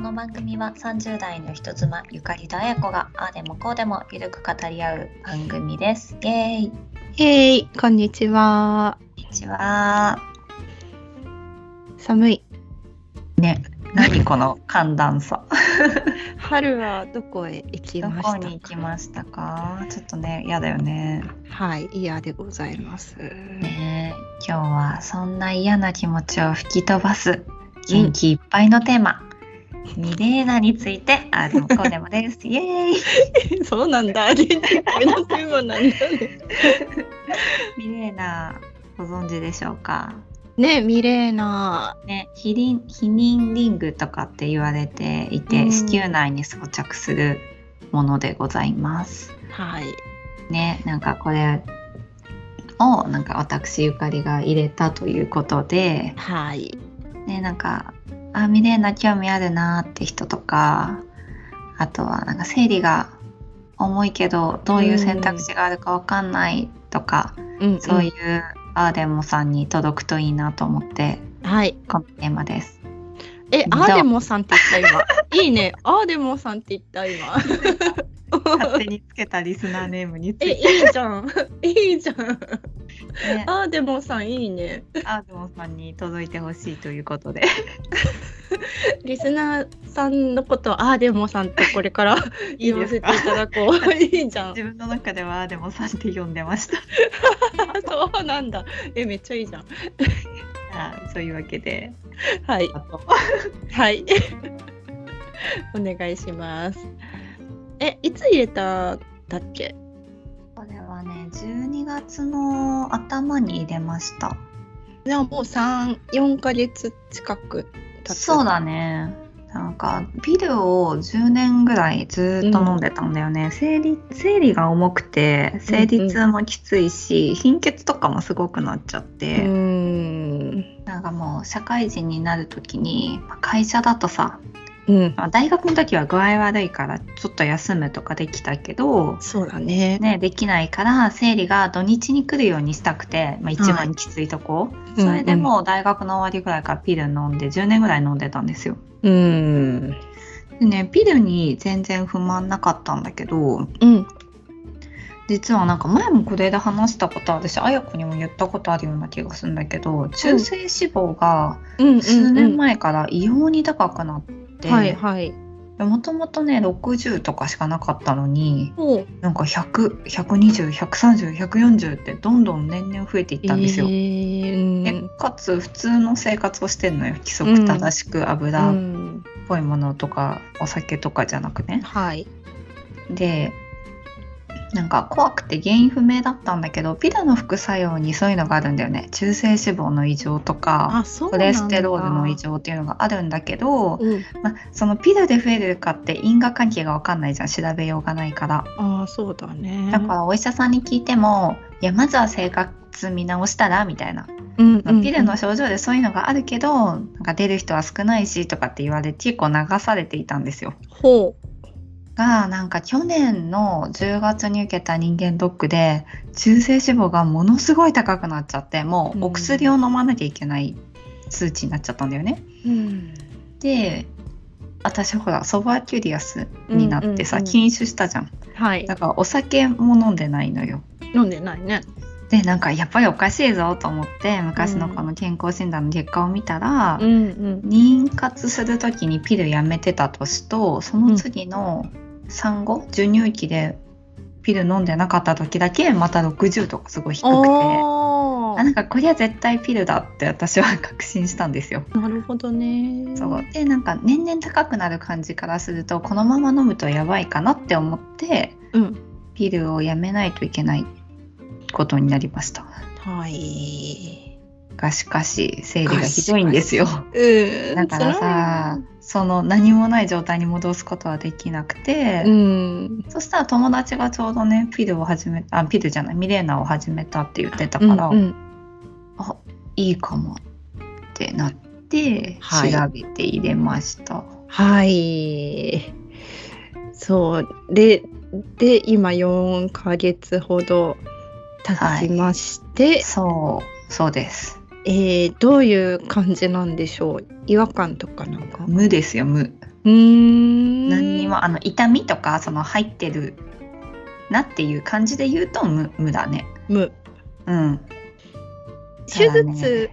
の番組は30代の人妻ゆかりとあやこがああでもこうでもゆるく語り合う番組です。イエーイ。 こんにちは。 こんにちは。 寒いね。何この寒暖差。 春はどこへ行きましたか？ どこに行きましたか？ちょっとね、嫌だよね。 はい、嫌でございます。 ね、今日はそんな嫌な気持ちを吹き飛ばす元気いっぱいのテーマ、ミレーナについてああでもこうでもです。イエーイ。 そうなんだ。元気いっぱいのテーマなんだね。 ミレーナご存知でしょうか？ ね、ミレーナ、 ね、避妊リングとかって言われていて、子宮内に装着するものでございます。 はい。 ね、なんかこれをなんか私ゆかりが入れたということで、 はい。 ね、なんかミレーナ興味あるなって人とか、あとはなんか生理が重いけどどういう選択肢があるかわかんないとか、そういうアーデモさんに届くといいなと思って、 はい、 このテーマです。 アーデモさんって言った今。いいね。アーデモさんって言った今。 勝手につけたリスナーネームについて。 いいじゃん。いいじゃん。ね、アーデモさんいいね。 アーデモさんに届いてほしいということで。 リスナーさんのことをアーデモさんってこれから言わせていただこう。いいじゃん。 自分の中ではアーデモさんって呼んでました。 そうなんだ。めっちゃいいじゃん。 そういうわけで、 はい。はい。お願いします。いつ入れたんだっけ？ これはね、12月の頭に入れました。 じゃあもう3、4ヶ月近く経つ。 そうだね。なんかピルを10年ぐらいずっと飲んでたんだよね。生理が重くて生理痛もきついし、貧血とかもすごくなっちゃって、なんかもう社会人になる時に会社だとさ、大学の時は具合悪いからちょっと休むとかできたけど、 そうだね。 できないから生理が土日に来るようにしたくて、一番きついとこ、それでもう大学の終わりぐらいからピル飲んで10年ぐらい飲んでたんですよ。でね、ピルに全然不満なかったんだけど、実はなんか前もこれで話したことあるし、あやこにも言ったことあるような気がするんだけど、中性脂肪が数年前から異様に高くなって、もともとね60とかしかなかったのに、なんか100、120、130、140ってどんどん年々増えていったんですよ。でかつ普通の生活をしてるのよ。規則正しく油っぽいものとかお酒とかじゃなくね。でなんか怖くて原因不明だったんだけど、ピルの副作用にそういうのがあるんだよね。中性脂肪の異常とかコレステロールの異常っていうのがあるんだけど、そのピルで増えるかって因果関係が分かんないじゃん。調べようがないから。 そうだね。 だからお医者さんに聞いても、いやまずは生活見直したらみたいな、ピルの症状でそういうのがあるけどなんか出る人は少ないしとかって言われて結構流されていたんですよ。がなんか去年の10月に受けた人間ドックで中性脂肪がものすごい高くなっちゃって、もうお薬を飲まなきゃいけない数値になっちゃったんだよね。で私ほらソバーキュリアスになってさ、禁酒したじゃん。だからお酒も飲んでないのよ。 飲んでないね。 でなんかやっぱりおかしいぞと思って昔のこの健康診断の結果を見たら、妊活する時にピルやめてた年とその次の産後授乳期でピル飲んでなかった時だけまた60とかすごい低くて、なんかこれは絶対ピルだって私は確信したんですよ。 なるほどね。 そうでなんか年々高くなる感じからするとこのまま飲むとやばいかなって思って、ピルをやめないといけないことになりました。がしかし生理がひどいんですよ。だからさ、その何もない状態に戻すことはできなくて、そしたら友達がちょうどねピルじゃないミレーナを始めたって言ってたから、いいかもってなって調べて入れました。 そうで今4ヶ月ほど経ちまして、 そうです。 どういう感じなんでしょう？違和感とかなんか？ 無ですよ、無。 何にも痛みとかその入ってるなっていう感じで言うと無だね。 無。 うん。 手術、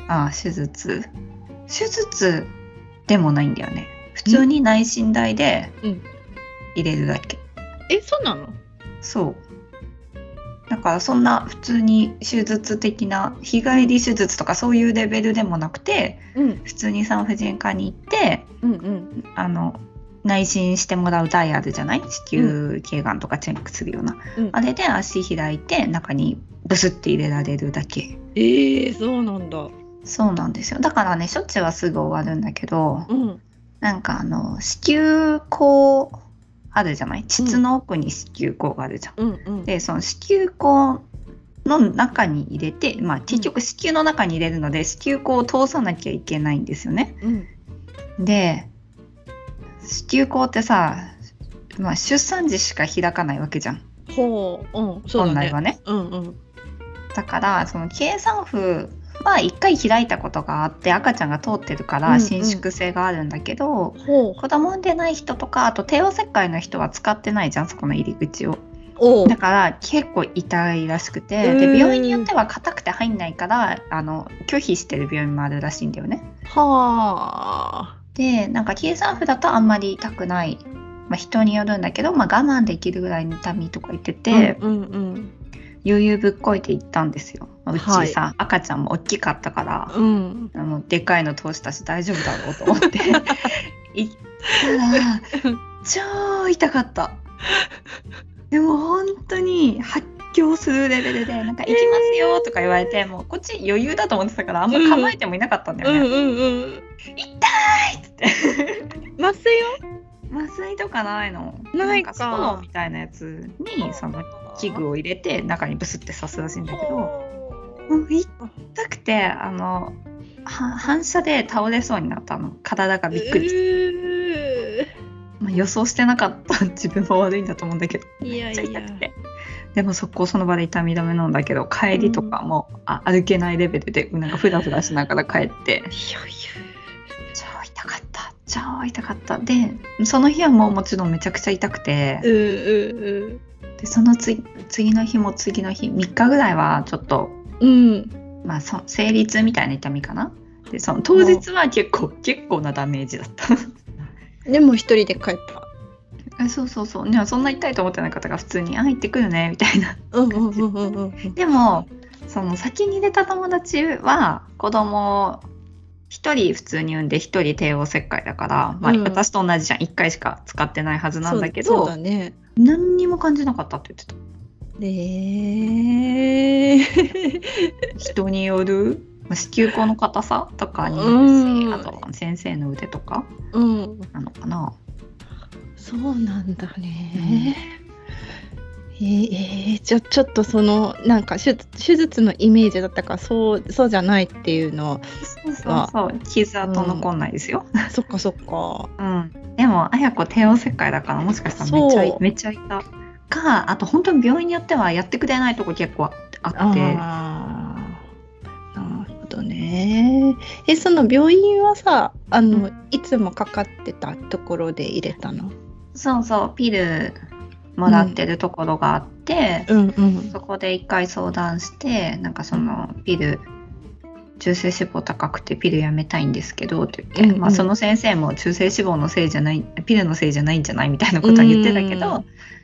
手術でもないんだよね。普通に内診台で入れるだけ。 そうなの？ そう。だからそんな普通に手術的な日帰り手術とかそういうレベルでもなくて、普通に産婦人科に行って、内診してもらう台あるじゃない？子宮頸がんとかチェックするような、あれで足開いて中にブスって入れられるだけ。 そうなんだ。 そうなんですよ。だからね、処置はすぐ終わるんだけど、なんか子宮口あるじゃない？膣の奥に子宮口があるじゃん。でその子宮口の中に入れて、結局子宮の中に入れるので子宮口を通さなきゃいけないんですよね。で子宮口ってさ、出産時しか開かないわけじゃん。本来はね。だからその経産婦は1回開いたことがあって赤ちゃんが通ってるから伸縮性があるんだけど、子供産んでない人とかあと帝王切開の人は使ってないじゃん、そこの入り口を。だから結構痛いらしくて、で病院によっては硬くて入んないから拒否してる病院もあるらしいんだよね。でなんか経産婦だとあんまり痛くない、人によるんだけど、我慢できるぐらいの痛みとか言ってて、余裕ぶっこいて行ったんですよ。うちさ、赤ちゃんも大きかったから、でかいの通したし大丈夫だろうと思って行ったら超痛かった。でも本当に発狂するレベルでなんか行きますよとか言われて、もうこっち余裕だと思ってたからあんま構えてもいなかったんだよね。痛いっつって麻酔麻酔とかないの？ ないか。 ストローみたいなやつにその器具を入れて中にブスって刺すらしいんだけど、もう痛くて反射で倒れそうになったの。体がびっくりして、予想してなかった自分も悪いんだと思うんだけど、めっちゃ痛くて。でもその場で痛み止め飲んだけど帰りとかも、歩けないレベルでなんかフラフラしながら帰って超痛かった。でその日はもちろんめちゃくちゃ痛くて、でその次の日も次の日3日ぐらいはちょっと、生理痛みたいな痛みかな。でその当日は結構なダメージだったでも一人で帰った。 そうね、そんな痛いと思ってなかったから普通に行ってくるねみたいなでもその先に入れた友達は子供1人普通に産んで1人帝王切開だから、私と同じじゃん。1回しか使ってないはずなんだけど、 そうだね、 何にも感じなかったって言ってた。人による子宮口の硬さとかによるし、あとは先生の腕とかなのかな。 そうなんだね。ちょっとそのなんか手術のイメージだったからそうじゃないっていうのはそう傷跡残んないですよ、 そっか、 でも綾子帝王切開だからもしかしたらめっちゃ痛か、あと本当に病院によってはやってくれないとこ結構あって。なるほどね。その病院はさいつもかかってたところで入れたの？ そうピルもらってるところがあって、そこで一回相談してなんかそのピル中性脂肪高くてピルやめたいんですけどって言って、その先生も中性脂肪のせいじゃないピルのせいじゃないんじゃないみたいなことは言ってたけど、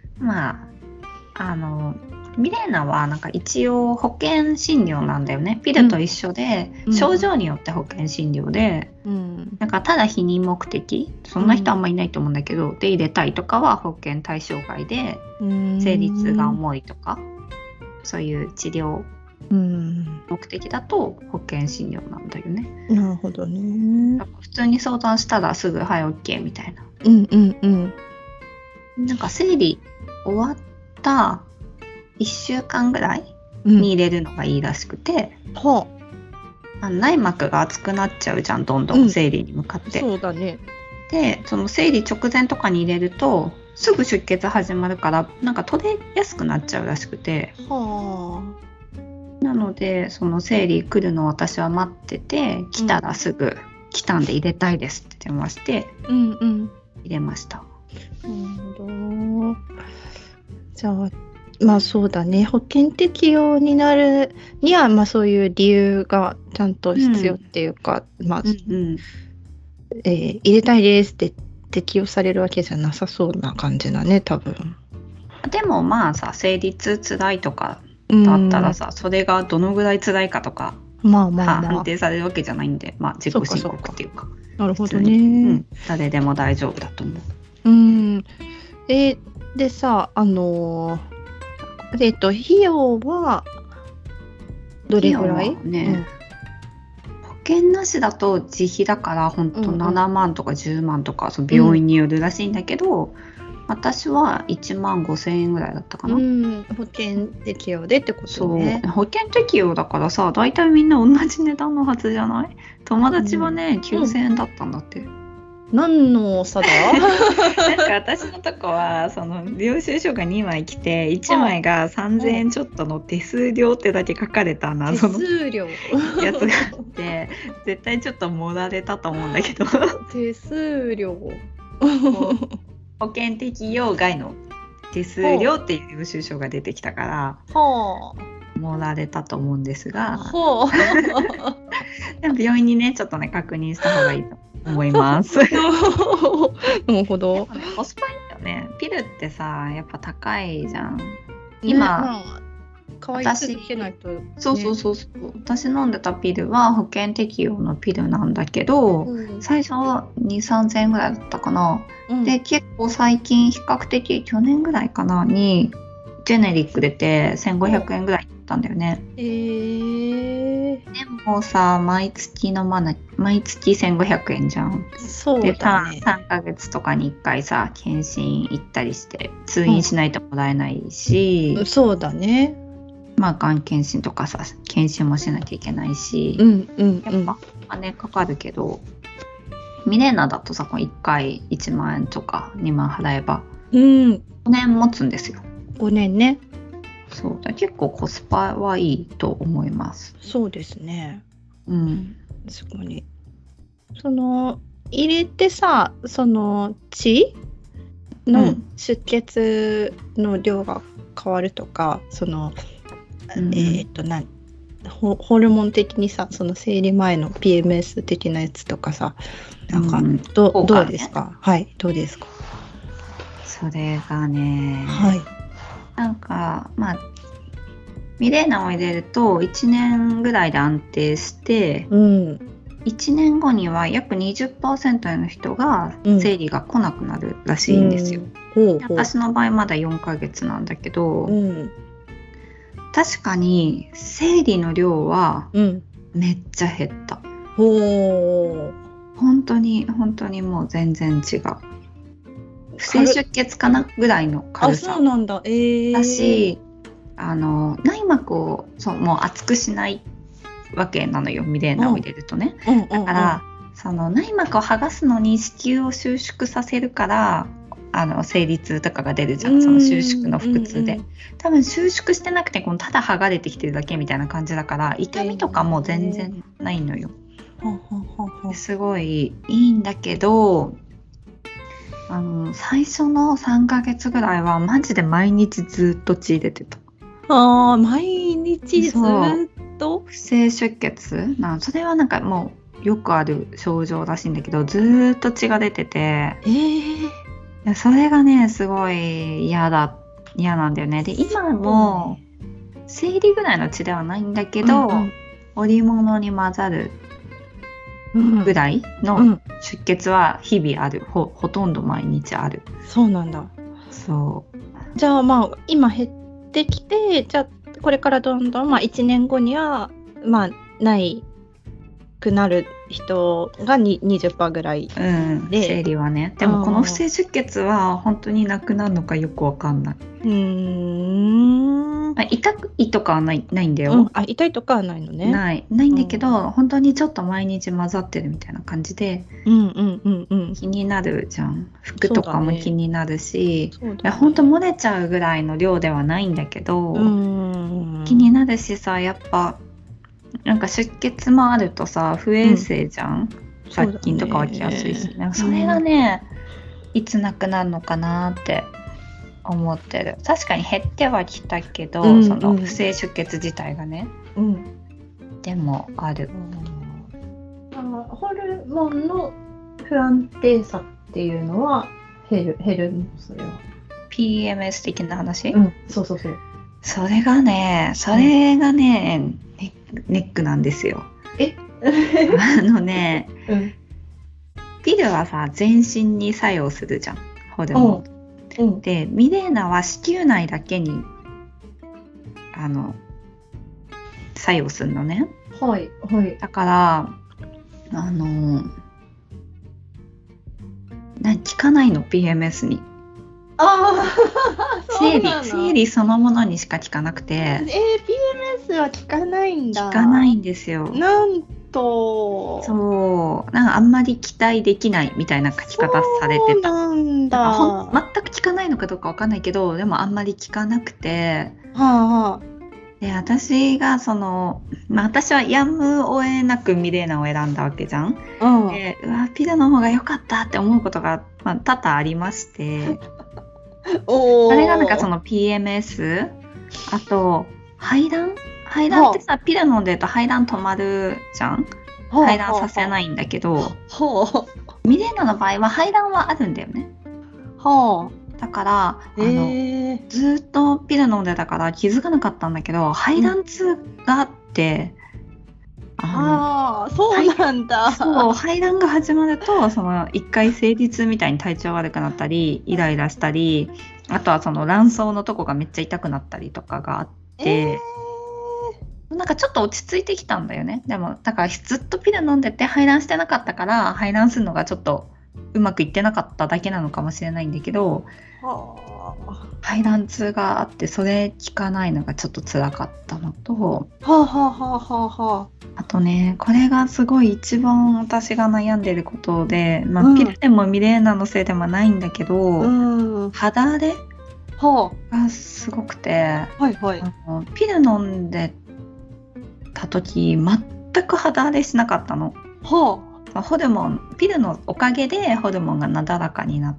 ミレーナはなんか一応保険診療なんだよね。ピルと一緒で、症状によって保険診療で、なんかただ避妊目的そんな人あんまいないと思うんだけど、で入れたいとかは保険対象外で、生理痛が重いとかそういう治療目的だと保険診療なんだよね。 なるほどね。 だから普通に相談したらすぐはい OK みたいな。なんか生理終わった1週間ぐらいに入れるのがいいらしくて、内膜が厚くなっちゃうじゃん、どんどん生理に向かって、 そうだね。でその生理直前とかに入れるとすぐ出血始まるからなんか取れやすくなっちゃうらしくて、なのでその生理来るのを私は待ってて、来たらすぐ来たんで入れたいですって電話して入れました。 なるほど。じゃあまあそうだね、保険適用になるには、まあ、そういう理由がちゃんと必要っていうか、まあ入れたいですって適用されるわけじゃなさそうな感じだね、多分。 でもまあさ、生理痛つらいとかだったらさ、それがどのぐらいつらいかとか、判定されるわけじゃないんで、まあ、自己申告っていうか。 なるほどね、 誰でも大丈夫だと思う。 でさ、費用はどれぐらい？ 保険なしだと自費だから本当7万とか10万とか、その病院によるらしいんだけど、私は1万5千円ぐらいだったかな。 保険適用でってことね。 そう、保険適用だからさ、大体みんな同じ値段のはずじゃない？友達はね、9000円だったんだって。 何の差だ？ なんか私のとこはその領収書が2枚来て、1枚が3000円ちょっとの手数料ってだけ書かれた謎の手数料やつがあって絶対ちょっと盛られたと思うんだけど手数料保険適用外の手数料っていう領収書が出てきたから盛られたと思うんですがでも病院にねちょっとね確認した方がいいと思いますなるほど。 コスパいいよね。ピルってさやっぱ高いじゃん今、 可愛くつけないと、ね、 そう私飲んでたピルは保険適用のピルなんだけど、最初は 2,3 千円ぐらいだったかな、で結構最近比較的去年ぐらいかなにジェネリック出て1500円ぐらいだったんだよね。でもさ毎月1500円じゃん。 そうだね。 で3ヶ月とかに1回さ検診行ったりして通院しないともらえないし、 そうだね。 まあがん検診とかさ検診もしなきゃいけないし、やっぱお金かかるけど、ミレーナだとさ1回1万円とか2万払えば5年持つんですよ。 5年ね。 そうだ、結構コスパはいいと思います。 そうですね。そこにその入れてさ、その血の出血の量が変わるとか、そのホルモン的にさ、その生理前の PMS 的なやつとかさ、なんかどうですか？はい、どうですか？ それがね、 はい、 なんかまあミレーナを入れると1年ぐらいで安定して、1年後には約 20% の人が生理が来なくなるらしいんですよ。私の場合まだ4ヶ月なんだけど、確かに生理の量はめっちゃ減った。本当にもう全然違う。不正出血かなぐらいの軽さだし、内膜をもう厚くしないわけなのよ、ミレーナを入れるとね。だからその内膜を剥がすのに子宮を収縮させるから生理痛とかが出るじゃん、その収縮の腹痛で。多分収縮してなくてただ剥がれてきてるだけみたいな感じだから痛みとかも全然ないのよ。すごいいいんだけど、最初の3ヶ月ぐらいはマジで毎日ずっと血出てた。 毎日ずっと不正出血それはなんかもうよくある症状らしいんだけど、ずっと血が出てて、それがねすごい嫌なんだよね。で今も生理ぐらいの血ではないんだけど、織物に混ざるぐらいの出血は日々ある、ほとんど毎日ある。 そうなんだ。 そうじゃあまあ今減ってきて、じゃあこれからどんどん1年後にはないくなる人が 20% ぐらいで、 生理はね。でもこの不正出血は本当になくなるのかよくわかんない。痛いとかはないんだよ。 痛いとかはないのね。 ないんだけど、本当にちょっと毎日混ざってるみたいな感じで、気になるじゃん。服とかも気になるし、本当漏れちゃうぐらいの量ではないんだけど、気になるしさ、やっぱなんか出血もあるとさ不衛生じゃん。 雑菌とか湧きやすいしね。それがね、いつなくなるのかなって思ってる。確かに減ってはきたけど、その不正出血自体がね、でもある。 ホルモンの不安定さっていうのは減るの？それは PMS 的な話？ そう。 それがね、ネックなんですよ。ピルはさ、全身に作用するじゃん、ホルモン。で、ミレーナは子宮内だけに作用するのね。だから効かないの、 PMS に。生理そのものにしか効かなくて。 PMS は効かないんだ。 効かないんですよ。 なんと。 そう、なんかあんまり期待できないみたいな書き方されてた。 なんだ。 全く効かないのかどうかわかんないけど、でもあんまり効かなくて。で、私が私はやむを得なくミレーナを選んだわけじゃん。で、ピルの方が良かったって思うことが、多々ありまして。それがなんかその PMS、 あと排卵ってさ、ピル飲んでると排卵止まるじゃん。排卵させないんだけど、ミレーナの場合は排卵はあるんだよね。だからずっとピル飲んでたから気づかなかったんだけど、排卵痛があって、 そうなんだ。 そう、排卵が始まると一回生理痛みたいに体調悪くなったり、イライラしたり、あとは卵巣のとこがめっちゃ痛くなったりとかがあって、なんかちょっと落ち着いてきたんだよね。でもだからずっとピル飲んでて排卵してなかったから、排卵するのがちょっとうまくいってなかっただけなのかもしれないんだけど、排卵痛があって、それ効かないのがちょっと辛かったのと、あとね、これがすごい一番私が悩んでることで、ピルでもミレーナのせいでもないんだけど、肌荒れがすごくて、ピル飲んでた時全く肌荒れしなかったの。ピルのおかげでホルモンがなだらかになって、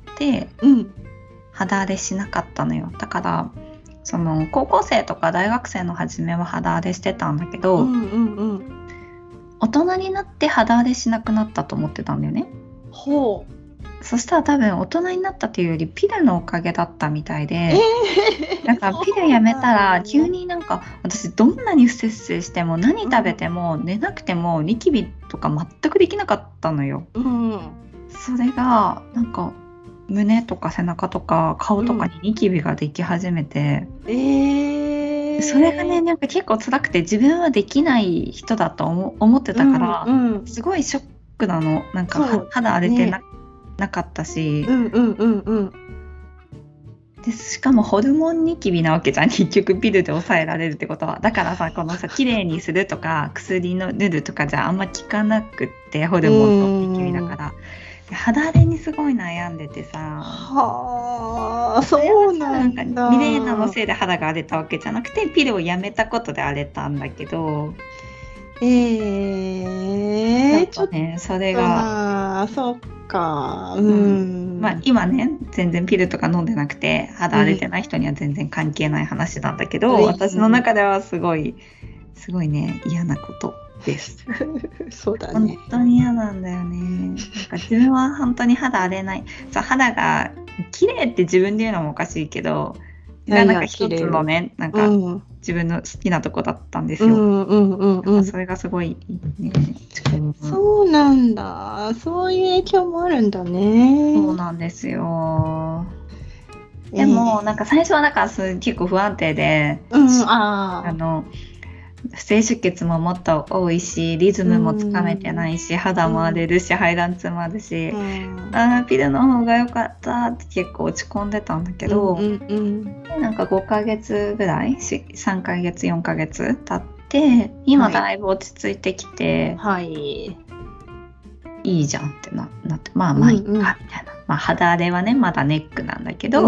肌荒れしなかったのよ。だから高校生とか大学生の初めは肌荒れしてたんだけど、大人になって肌荒れしなくなったと思ってたんだよね。そしたら多分大人になったというよりピルのおかげだったみたいで、だからピルやめたら急になんか、私どんなに不摂生しても何食べても寝なくてもニキビとか全くできなかったのよ。それがなんか胸とか背中とか顔とかにニキビができ始めて、それがね、なんか結構辛くて、自分はできない人だと思ってたから、すごいショックなの。なんか肌荒れてなかったし、でしかもホルモンニキビなわけじゃん、結局ピルで抑えられるってことは。だからさ、綺麗にするとか薬の塗るとかじゃあんま効かなくって、ホルモンのニキビだから。肌荒れにすごい悩んでてさ。 そうなんだ。 ミレーナのせいで肌が荒れたわけじゃなくて、ピルをやめたことで荒れたんだけど、ちょっとね、それがそっか。 今ね、全然ピルとか飲んでなくて肌荒れてない人には全然関係ない話なんだけど、私の中ではすごいね、嫌なことです。 そうだね。 本当に嫌なんだよね。なんか自分は本当に肌荒れない。肌が綺麗って自分で言うのもおかしいけど、なんか一つのね、なんか自分の好きなとこだったんですよ。それがすごいね。 そうなんだ。そういう影響もあるんだね。 そうなんですよ。でもなんか最初はなんか結構不安定で、不正出血ももっと多いし、リズムもつかめてないし、肌も荒れるし、排卵痛もあるし、ピルの方が良かったって結構落ち込んでたんだけど、なんか5ヶ月ぐらい、3ヶ月4ヶ月経って今だいぶ落ち着いてきて、いいじゃんってなって、まあいいかみたいな、肌荒れはねまだネックなんだけど、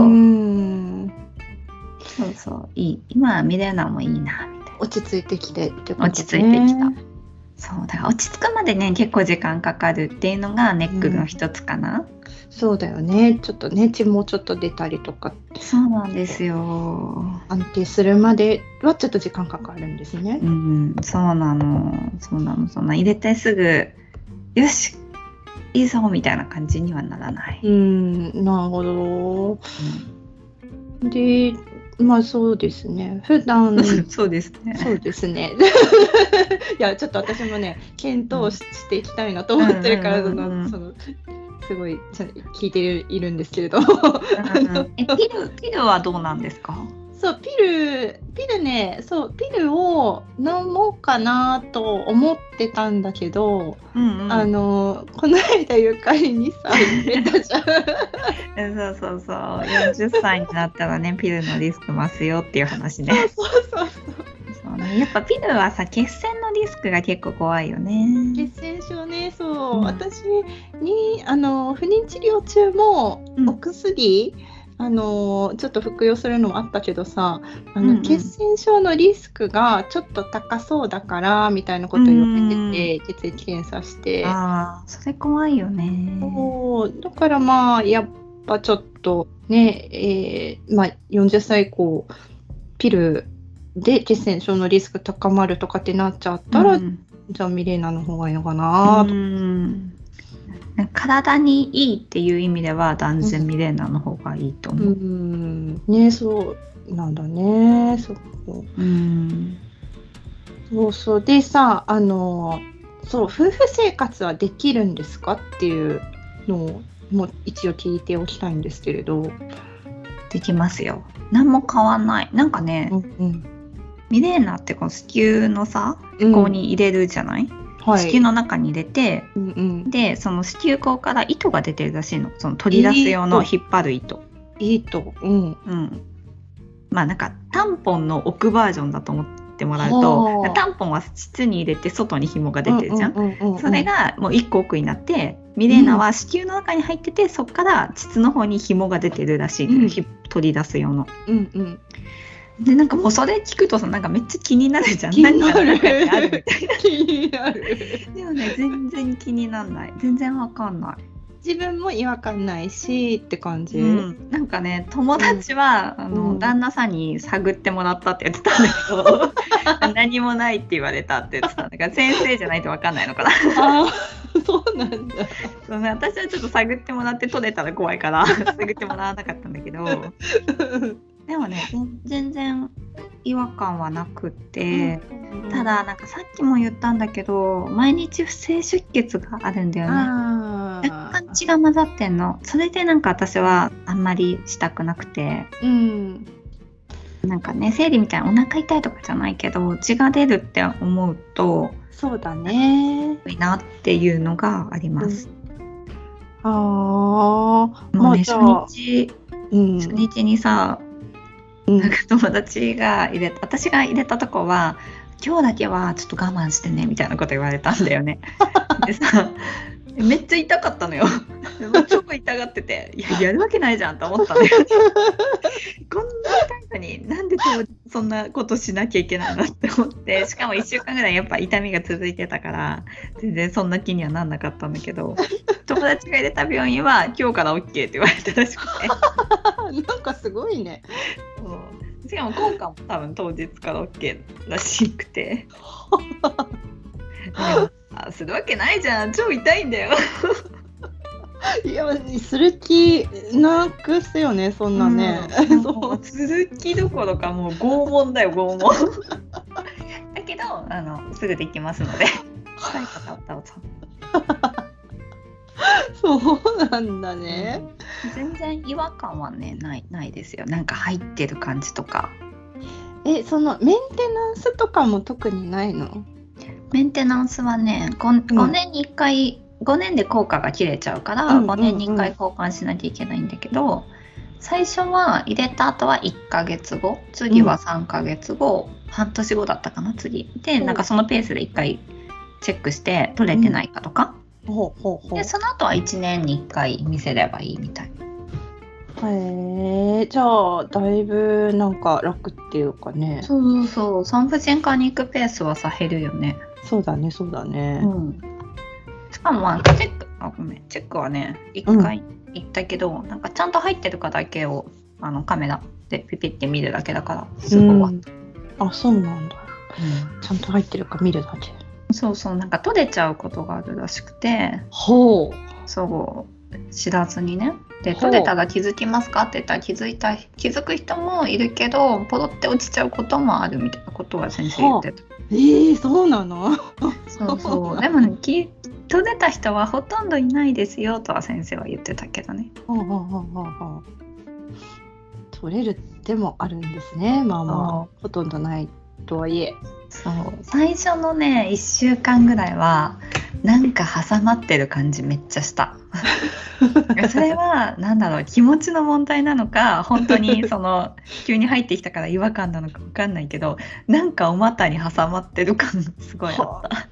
そういい、今はミレーナもいいなみたいな。 落ち着いてきてってことね。 落ち着いてきた。 そうだから落ち着くまでね結構時間かかるっていうのがネックの一つかな。 そうだよね。ちょっとね血もちょっと出たりとか。 そうなんですよ。 安定するまではちょっと時間かかるんですね。 そうなの。そんな入れてすぐよしいいぞみたいな感じにはならない。 なるほど。でまあそうですね。普段そうですね。 そうですね。いやちょっと私もね検討していきたいなと思ってるからそのすごい聞いているんですけれど。ピルはどうなんですか？ そうピルねそうピルを飲もうかなと思ってたんだけど、この間ゆかりにさ言ってたじゃん。 そう40歳になったらねピルのリスク増すよっていう話ね。そうね、やっぱピルはさ血栓のリスクが結構怖いよね。 血栓症ねそう、私に不妊治療中もお薬、ちょっと服用するのもあったけどさ血栓症のリスクがちょっと高そうだからみたいなこと言われてて、血液検査して。 それ怖いよね。 そうだからまあやっぱちょっとね、40歳以降ピルで血栓症のリスク高まるとかってなっちゃったら、じゃあミレーナの方がいいのかなと。 体にいいっていう意味では断然ミレーナの方がいいと思う。 ねそうなんだね。そうでさそう夫婦生活はできるんですかっていうのをもう一応聞いておきたいんですけれど。 できますよ。何も変わんない。なんかね、ミレーナってこの子宮のさこに入れるじゃない？子宮の中に入れて、でその子宮口から糸が出てるらしいの。その取り出す用の引っ張る糸。まあなんかタンポンの奥バージョンだと思ってもらうと、タンポンは膣に入れて外に紐が出てるじゃん。それがもう1個奥になって、ミレーナは子宮の中に入ってて、そこから膣の方に紐が出てるらしい、取り出す用の。でなんかもうそれ聞くとさなんかめっちゃ気になるじゃん。 気になる。 なんかあるみたいな。 気になる。 でもね全然気になんない。全然わかんない。 自分も違和感ないしって感じ。 なんかね友達は、旦那さんに探ってもらったって言ってたんだけど何もないって言われたって言ってたんだから先生じゃないとわかんないのかな。 そうなんだ。 私はちょっと探ってもらって取れたら怖いから探ってもらわなかったんだけどでもね全然違和感はなくて、ただなんかさっきも言ったんだけど毎日不正出血があるんだよね。若干血が混ざってんの。それでなんか私はあんまりしたくなくて、なんかね生理みたいなお腹痛いとかじゃないけど血が出るって思うとそうだねいいなっていうのがあります。 もうね初日にさなんか友達が私が入れたとこは今日だけはちょっと我慢してねみたいなこと言われたんだよね。でさめっちゃ痛かったのよ。超痛がっててやるわけないじゃんと思ったのよ。こんな痛いのになんでそんなことしなきゃいけないのって思って、しかも1週間ぐらいやっぱ痛みが続いてたから全然そんな気にはなんなかったんだけど友達が入れた病院は今日から OK って言われたらしくてなんかすごいね。 しかも効果も多分当日から OK らしくてするわけないじゃん超痛いんだよ。 いやする気なくすよねそんなね。 そうする気どころかもう拷問だよ拷問だけどすぐできますのでしたい方はどうぞ。 そうなんだね。 全然違和感はねないですよ。なんか入ってる感じとか。 そのメンテナンスとかも特にないの？ メンテナンスはね 5年に1回5年で効果が切れちゃうから、5年に1回交換しなきゃいけないんだけど、最初は入れた後は1ヶ月後、次は3ヶ月後、半年後だったかな次で、なんかそのペースで1回チェックして取れてないかとか、でその後は1年に1回見せればいいみたい。 じゃあだいぶなんか楽っていうかね。 そう産婦人科に行くペースはさ減るよね。 そうだねそうだね。 しかもチェックはね1回行ったけど、なんかちゃんと入ってるかだけをカメラでピピって見るだけだからすぐ終わった。 あ、そうなんだ。ちゃんと入ってるか見るだけ。 そうなんか取れちゃうことがあるらしくて、そう知らずにね。で取れたら気づきますかって言ったら気づく人もいるけどポロって落ちちゃうこともあるみたいなことは先生言ってた。 そうなの？ そうでもね取れた人はほとんどいないですよとは先生は言ってたけどね。 取れるでもあるんですね。まあほとんどないとはいえ。 そう最初のね1週間ぐらいはなんか挟まってる感じめっちゃしたそれはなんだろう、気持ちの問題なのか本当に急に入ってきたから違和感なのか分かんないけど、なんかお股に挟まってる感がすごいあった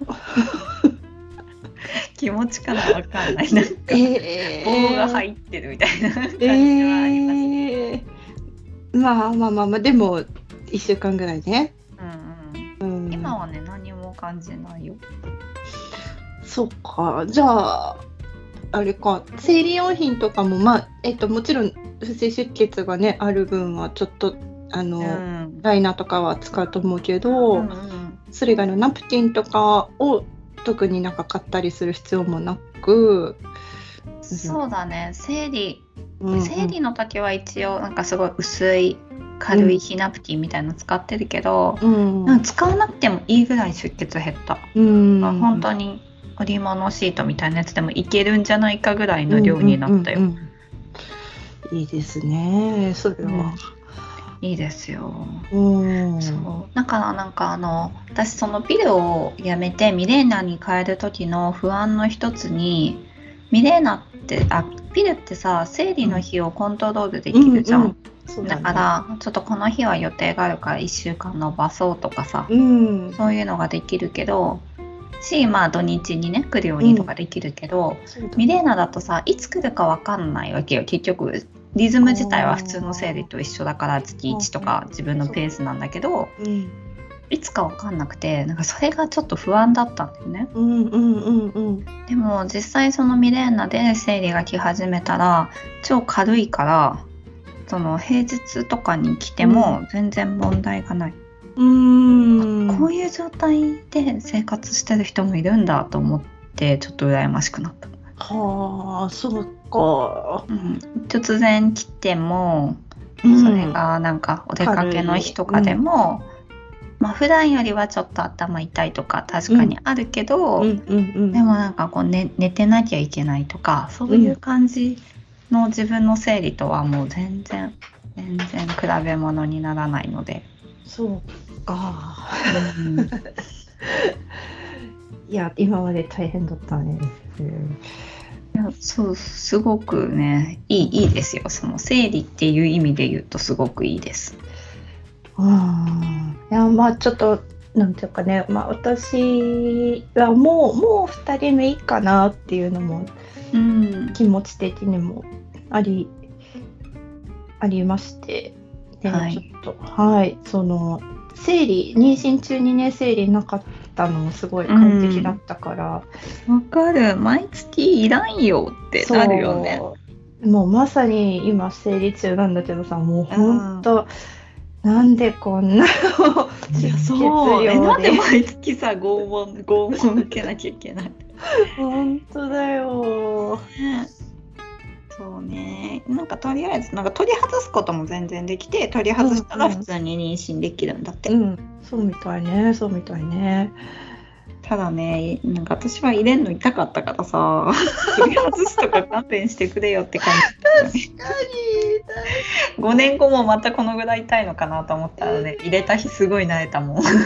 気持ちかな分かんない、なんか、棒が入ってるみたいな感じはあります。まあでも1週間ぐらいね。 今はね何も感じないよ。 そうか、じゃああれか、生理用品とかももちろん不正出血がねある分はちょっとライナーとかは使うと思うけど、それ以外のナプキンとかを特になんか買ったりする必要もなく。 そうだね、生理の時は一応なんかすごい薄い軽いヒナプキンみたいなの使ってるけど、使わなくてもいいぐらい出血減った。本当に織物シートみたいなやつでもいけるんじゃないかぐらいの量になったよ。 いいですね、それは。 いいですよ。そうだからなんか私そのピルをやめてミレーナに変える時の不安の一つに、ミレーナってピルってさ生理の日をコントロールできるじゃん。だからちょっとこの日は予定があるから1週間延ばそうとかさ、そういうのができるけど土日にね来るようにとかできるけど、ミレーナだとさいつ来るか分かんないわけよ。結局リズム自体は普通の生理と一緒だから月1とか自分のペースなんだけど、いつか分かんなくてなんかそれがちょっと不安だったんだよね。でも実際そのミレーナで生理が来始めたら超軽いから平日とかに来ても全然問題がない。こういう状態で生活してる人もいるんだと思ってちょっと羨ましくなった。 そうか。 突然来てもそれがなんかお出かけの日とかでも、普段よりはちょっと頭痛いとか確かにあるけど、でもなんか寝てなきゃいけないとかそういう感じの自分の生理とはもう全然比べ物にならないので。 そうか。いや今まで大変だったね。 いやそうすごくねいいですよ。その生理っていう意味で言うとすごくいいです。 いやちょっとなんていうかね、私はもう2人目いいかなっていうのも、気持ち的にもありまして、でもちょっと妊娠中にね生理なかったのもすごい完璧だったから。 わかる、毎月いらんよってなるよね。 もうまさに今生理中なんだけどさ、もうほんと、なんでこんななんで毎月さ拷問受けなきゃいけない本当だよ、 そうね。なんかとりあえずなんか取り外すことも全然できて、取り外したら普通に妊娠できるんだって。 そうみたいね。 ただね、なんか私は入れんの痛かったからさ取り外すとか勘弁してくれよって感じ確かに 5年後もまたこのぐらい痛いのかなと思ったらね、入れた日すごい慣れたもんそう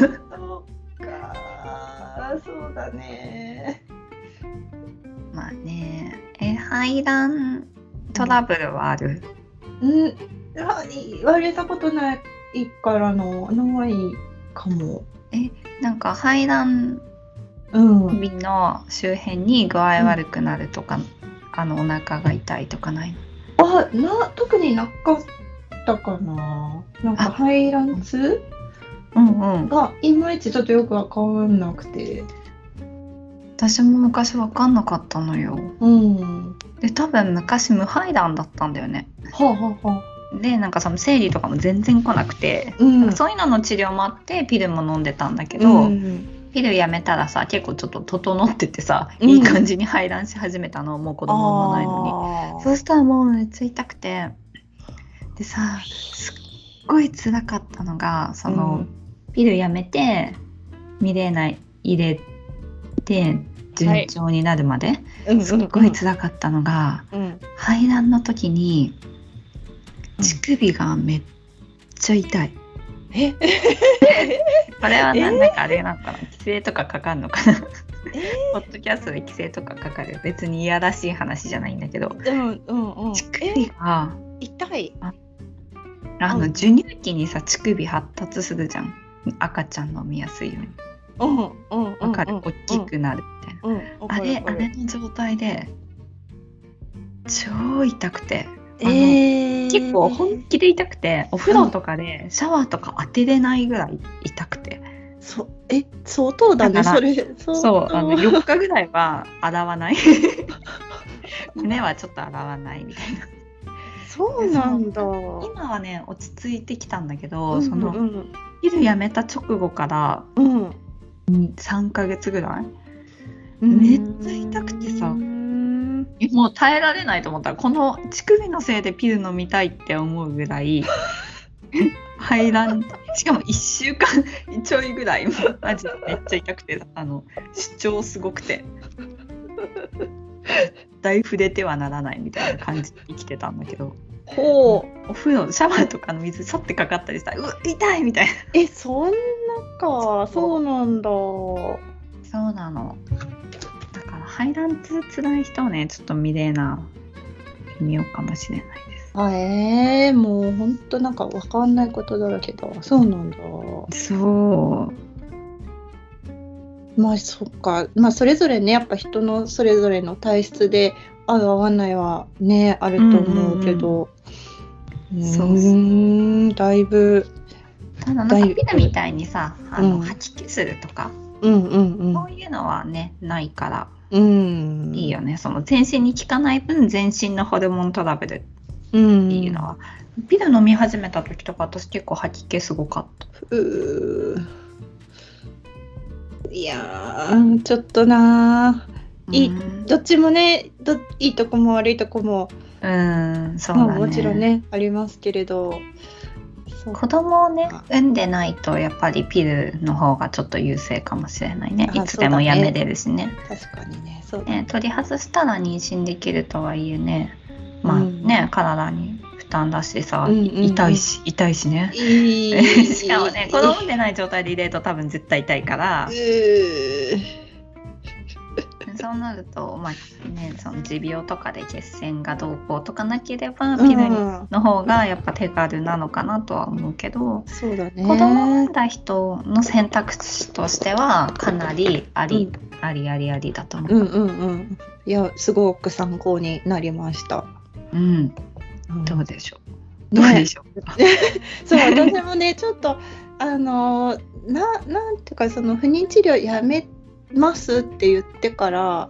だね。 まあね、排卵トラブルはある？ 言われたことないからないかも。 なんか排卵日の周辺に具合悪くなるとか、お腹が痛いとかないの？特になかったかな。なんか排卵痛がいまいちちょっとよくわかんなくて。 私も昔分かんなかったのよ。で多分昔無排卵だったんだよね。でなんかその生理とかも全然来なくて、なんかそういうのの治療もあってピルも飲んでたんだけど、ピルやめたらさ結構ちょっと整っててさ、いい感じに排卵し始めたの、もう子供産まないのに。そうしたらもうめっちゃ痛くて、でさすっごい辛かったのがその、ピルやめてミレーナ入れて順調になるまで、すっごい辛かったのが、排卵の時に乳首がめっちゃ痛い。これはなんかあれなのかな、規制とかかかんのかな。ポッドキャストで規制とかかかる。別にいやらしい話じゃないんだけど、乳首が痛い。 授乳期にさ乳首発達するじゃん、赤ちゃん飲みやすいように。わかる、大きくなるみたいな。あれの状態で超痛くて、結構本気で痛くて、お風呂とかでシャワーとか当てれないぐらい痛くて。 相当だね。それそう4日ぐらいは洗わない。胸はちょっと洗わないみたいな。 そうなんだ。 今はね落ち着いてきたんだけど、そのピルやめた直後から3ヶ月ぐらいめっちゃ痛くてさ、もう耐えられないと思ったら、この乳首のせいでピル飲みたいって思うぐらい排卵、しかも1週間ちょいぐらいマジでめっちゃ痛くて、主張すごくて大触れてはならないみたいな感じで生きてたんだけど、お風呂シャワーとかの水さってかかったりしたら痛いみたいな。 そんなか。そうなんだ。 そうなの。だから排卵痛つらい人はねちょっとミレーナ見ようかもしれないです。 もうほんとなんか分かんないことだらけだ。そうなんだ。 そう。 そっか。それぞれねやっぱ人のそれぞれの体質で合う合わないはねあると思うけど、だいぶ。 ただなんかピルみたいにさ吐き気するとか、そういうのはねないからいいよね。その全身に効かない分全身のホルモントラブルっていうのは、ピル飲み始めた時とか私結構吐き気すごかった。 いやちょっとな、どっちもねいいとこも悪いとこもそうだね、もちろんねありますけれど、 子供をね産んでないとやっぱりピルの方がちょっと優勢かもしれないね。いつでもやめれるしね。 確かにね。そうだね。取り外したら妊娠できるとはいえね、体に負担だしさ、痛いしね。しかもね子供産んでない状態で入れると多分絶対痛いから。そうなると、その持病とかで血栓がどうこうとかなければピルの方がやっぱ手軽なのかなとは思うけど、 そうだね、 子供を産んだ人の選択肢としてはかなりありだと思う。 いやすごく参考になりました。 どうでしょう。 そう私もねちょっとなんていうかその不妊治療やめますって言ってから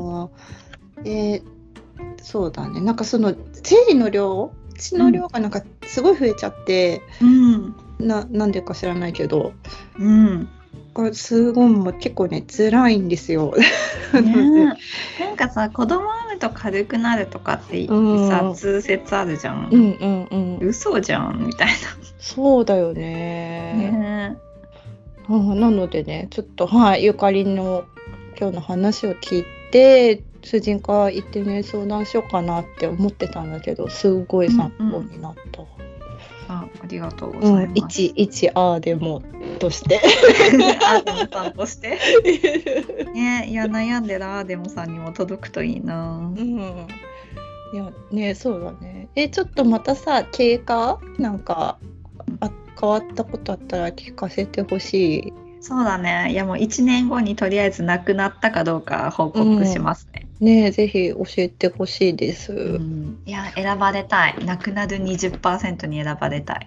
そうだね、なんかその生理の量血の量がなんかすごい増えちゃって、なんでか知らないけど、すごいもう結構ね辛いんですよ。 なんかさ子供産むと軽くなるとかってさ、通説あるじゃん。嘘じゃんみたいな。 そうだよね。なのでねちょっとゆかりの今日の話を聞いて婦人科行ってね相談しようかなって思ってたんだけど、すごい参考になった。 ありがとうございます。 一でもとしてでもさんとしてね、いや悩んでるでもさんにも届くといいな。 いやねそうだね。ちょっとまたさ経過なんか変わったことあったら聞かせてほしい。 そうだね。いやもう1年後にとりあえず亡くなったかどうか報告しますね。 ぜひ教えてほしいです。 いや選ばれたい。亡くなる 20% に選ばれたい。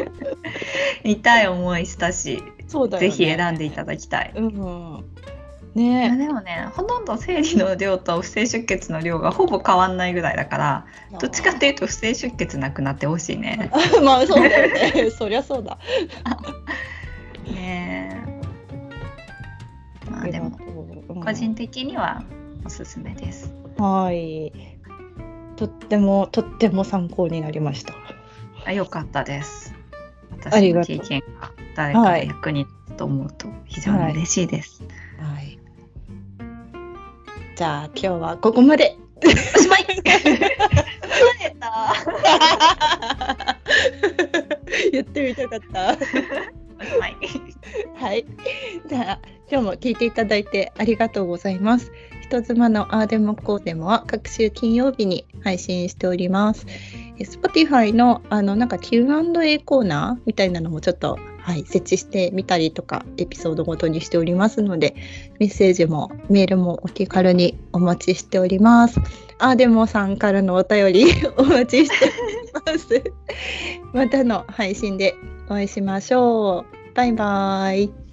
痛い思いしたし、ぜひ選んでいただきたい。 ね。 でもね、ほとんど生理の量と不正出血の量がほぼ変わんないぐらいだから、どっちかっていうと不正出血なくなってほしいね。 まあそうだよね。そりゃそうだ。 ねえ。まあでも、個人的にはおすすめです。 はい。とっても参考になりました。 よかったです。私の経験が誰かの役に立つと思うと非常に嬉しいです。 はい。じゃあ今日はここまで。 おしまい。 言ってみたかった。 おしまい。 はい。じゃあ今日も聞いていただいてありがとうございます。人妻のアーデモコーデモは各週金曜日に配信しております。Spotify のなんか Q&A コーナーみたいなのもちょっと、設置してみたりとかエピソードごとにしておりますので、メッセージもメールもお気軽にお待ちしております。アーデモさんからのお便りお待ちしております。またの配信でお会いしましょう。バイバイ。